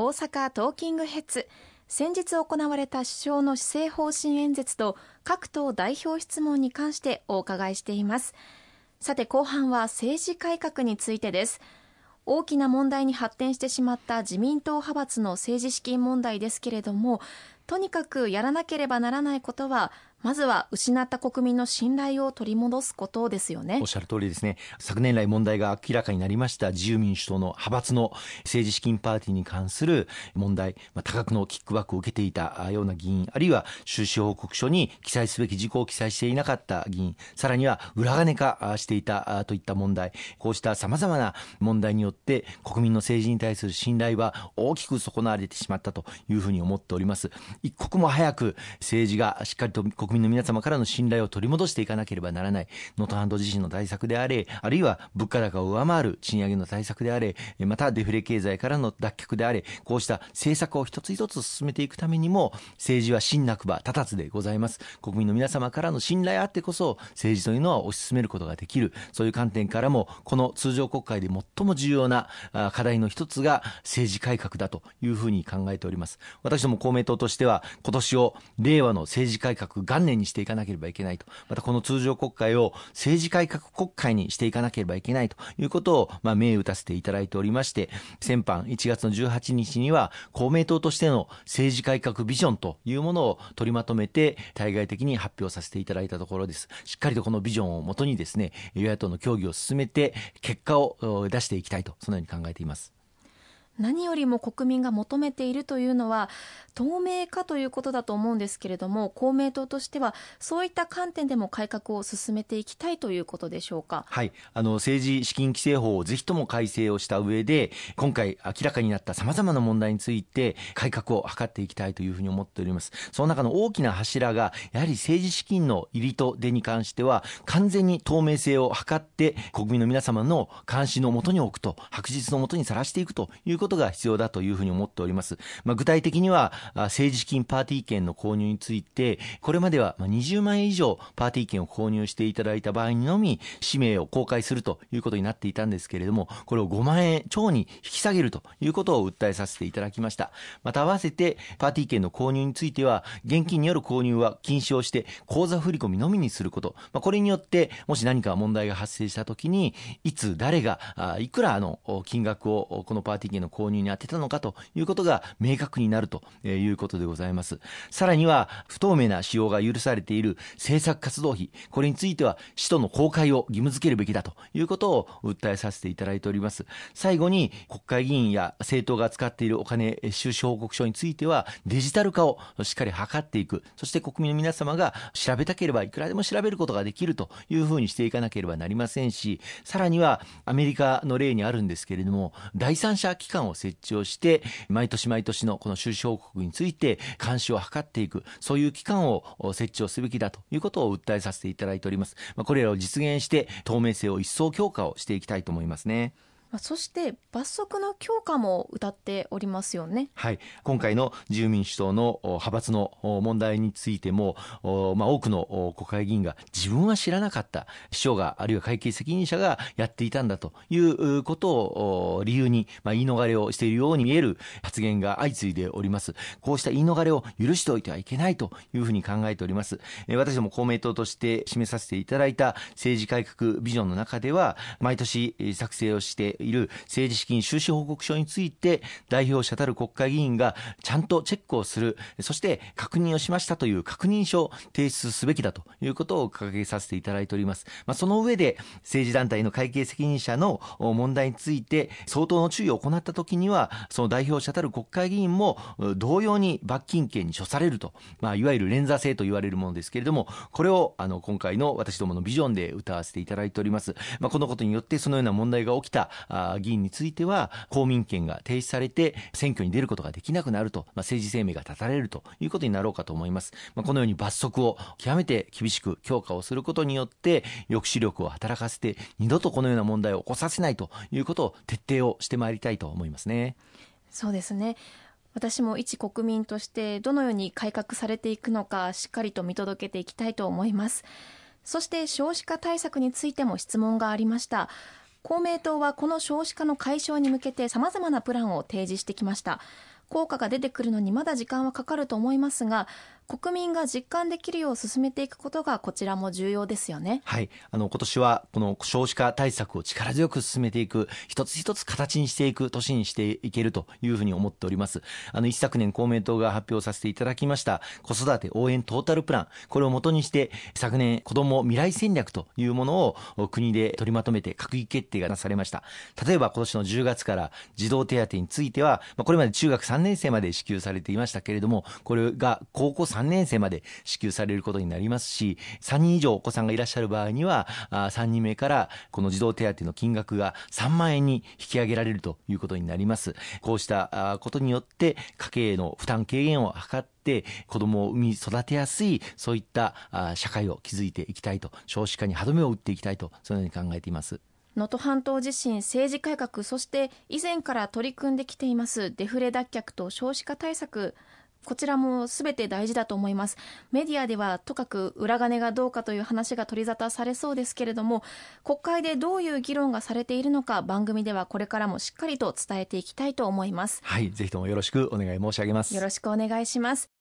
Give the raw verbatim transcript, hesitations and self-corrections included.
大阪トーキングヘッズ。先日行われた首相の施政方針演説と各党代表質問に関してお伺いしています。さて後半は政治改革についてです。大きな問題に発展してしまった自民党派閥の政治資金問題ですけれども、とにかくやらなければならないことは、まずは失った国民の信頼を取り戻すことですよね。 おっしゃる通りですね。昨年来問題が明らかになりました自由民主党の派閥の政治資金パーティーに関する問題、まあ、多額のキックバックを受けていたような議員、あるいは収支報告書に記載すべき事項を記載していなかった議員、さらには裏金化していたといった問題、こうした様々な問題によって国民の政治に対する信頼は大きく損なわれてしまったというふうに思っております。一刻も早く政治がしっかりと国民の皆様からの信頼を取り戻していかなければならない。能登半島地震の対策であれ、あるいは物価高を上回る賃上げの対策であれ、またデフレ経済からの脱却であれ、こうした政策を一つ一つ進めていくためにも、政治は信なくば立たずでございます。国民の皆様からの信頼あってこそ政治というのは推し進めることができる。そういう観点からも、この通常国会で最も重要な課題の一つが政治改革だというふうに考えております。私ども公明党としては、今年を令和の政治改革元年にしていかなければいけないと、またこの通常国会を政治改革国会にしていかなければいけないということを、まあ、銘打たせていただいておりまして、先般いちがつのじゅうはちにちには公明党としての政治改革ビジョンというものを取りまとめて対外的に発表させていただいたところです。しっかりとこのビジョンをもとにですね、与野党の協議を進めて結果を出していきたいと、そのように考えています。 何よりも国民が求めているというのは透明化ということだと思うんですけれども、公明党としてはそういった観点でも改革を進めていきたいということでしょうか。 はい、あの政治資金規正法をぜひとも改正をした上で、今回明らかになったさまざまな問題について改革を図っていきたいというふうに思っております。その中の大きな柱がやはり政治資金の入りと出に関しては完全に透明性を図って国民の皆様の監視のもとに置くと、白日のもとにさらしていくということが必要だというふうに思っております。まあ、具体的には政治資金パーティー券の購入について、これまではにじゅうまんえん以上パーティー券を購入していただいた場合にのみ氏名を公開するということになっていたんですけれども、これをごまんえん超に引き下げるということを訴えさせていただきました。また合わせてパーティー券の購入については現金による購入は禁止をして口座振込のみにすること、まあ、これによってもし何か問題が発生したときに、いつ誰がいくらの金額をこのパーティー券の購入に当てたのかということが明確になるということでございます。さらには不透明な使用が許されている政策活動費、これについては使途の公開を義務付けるべきだということを訴えさせていただいております。最後に国会議員や政党が使っているお金収支報告書についてはデジタル化をしっかり図っていく、そして国民の皆様が調べたければいくらでも調べることができるというふうにしていかなければなりませんし、さらにはアメリカの例にあるんですけれども、第三者機関を設置をして毎年毎年のこの収支報告について監視を図っていく、そういう機関を設置をすべきだということを訴えさせていただいております。まあ、これらを実現して透明性を一層強化をしていきたいと思いますね。 そして罰則の強化も謳っておりますよね。 はい、今回の自由民主党の派閥の問題についても、まあ、多くの国会議員が自分は知らなかった、秘書があるいは会計責任者がやっていたんだということを理由に、まあ、言い逃れをしているように見える発言が相次いでおります。こうした言い逃れを許しておいてはいけないというふうに考えております。私ども公明党として示させていただいた政治改革ビジョンの中では、毎年作成をしている政治資金収支報告書について代表者たる国会議員がちゃんとチェックをする、そして確認をしましたという確認書を提出すべきだということを掲げさせていただいております。まあ、その上で政治団体の会計責任者の問題について相当の注意を行ったときには、その代表者たる国会議員も同様に罰金刑に処されると、まあ、いわゆる連座制と言われるものですけれども、これをあの今回の私どものビジョンで謳わせていただいております。まあ、このことによってそのような問題が起きた議員については公民権が停止されて選挙に出ることができなくなると、まあ、政治生命が絶たれるということになろうかと思います。まあ、このように罰則を極めて厳しく強化をすることによって抑止力を働かせて二度とこのような問題を起こさせないということを徹底をしてまいりたいと思いますね。 そうですね。私も一国民としてどのように改革されていくのかしっかりと見届けていきたいと思います。そして少子化対策についても質問がありました。 公明党はこの少子化の解消に向けて様々なプランを提示してきました。効果が出てくるのにまだ時間はかかると思いますが、国民が実感できるよう進めていくことがこちらも重要ですよね。 はい、あの今年はこの少子化対策を力強く進めていく、一つ一つ形にしていく年にしていけるというふうに思っております。あの一昨年公明党が発表させていただきました子育て応援トータルプラン、これを元にして昨年子ども未来戦略というものを国で取りまとめて閣議決定がなされました。例えば今年のじゅうがつから児童手当については、これまで中学さんねん生まで支給されていましたけれども、これが高校さんねん生まで支給されることになりますし、さんにん以上お子さんがいらっしゃる場合にはさんにんめからこの児童手当の金額がさんまんえんに引き上げられるということになります。こうしたことによって家計の負担軽減を図って子どもを産み育てやすい、そういった社会を築いていきたいと、少子化に歯止めを打っていきたいと、そのように考えています。 能登半島地震、政治改革、そして以前から取り組んできていますデフレ脱却と少子化対策、こちらも全て大事だと思います。メディアではとかく裏金がどうかという話が取り沙汰されそうですけれども、国会でどういう議論がされているのか、番組ではこれからもしっかりと伝えていきたいと思います。 はい、ぜひともよろしくお願い申し上げます。 よろしくお願いします。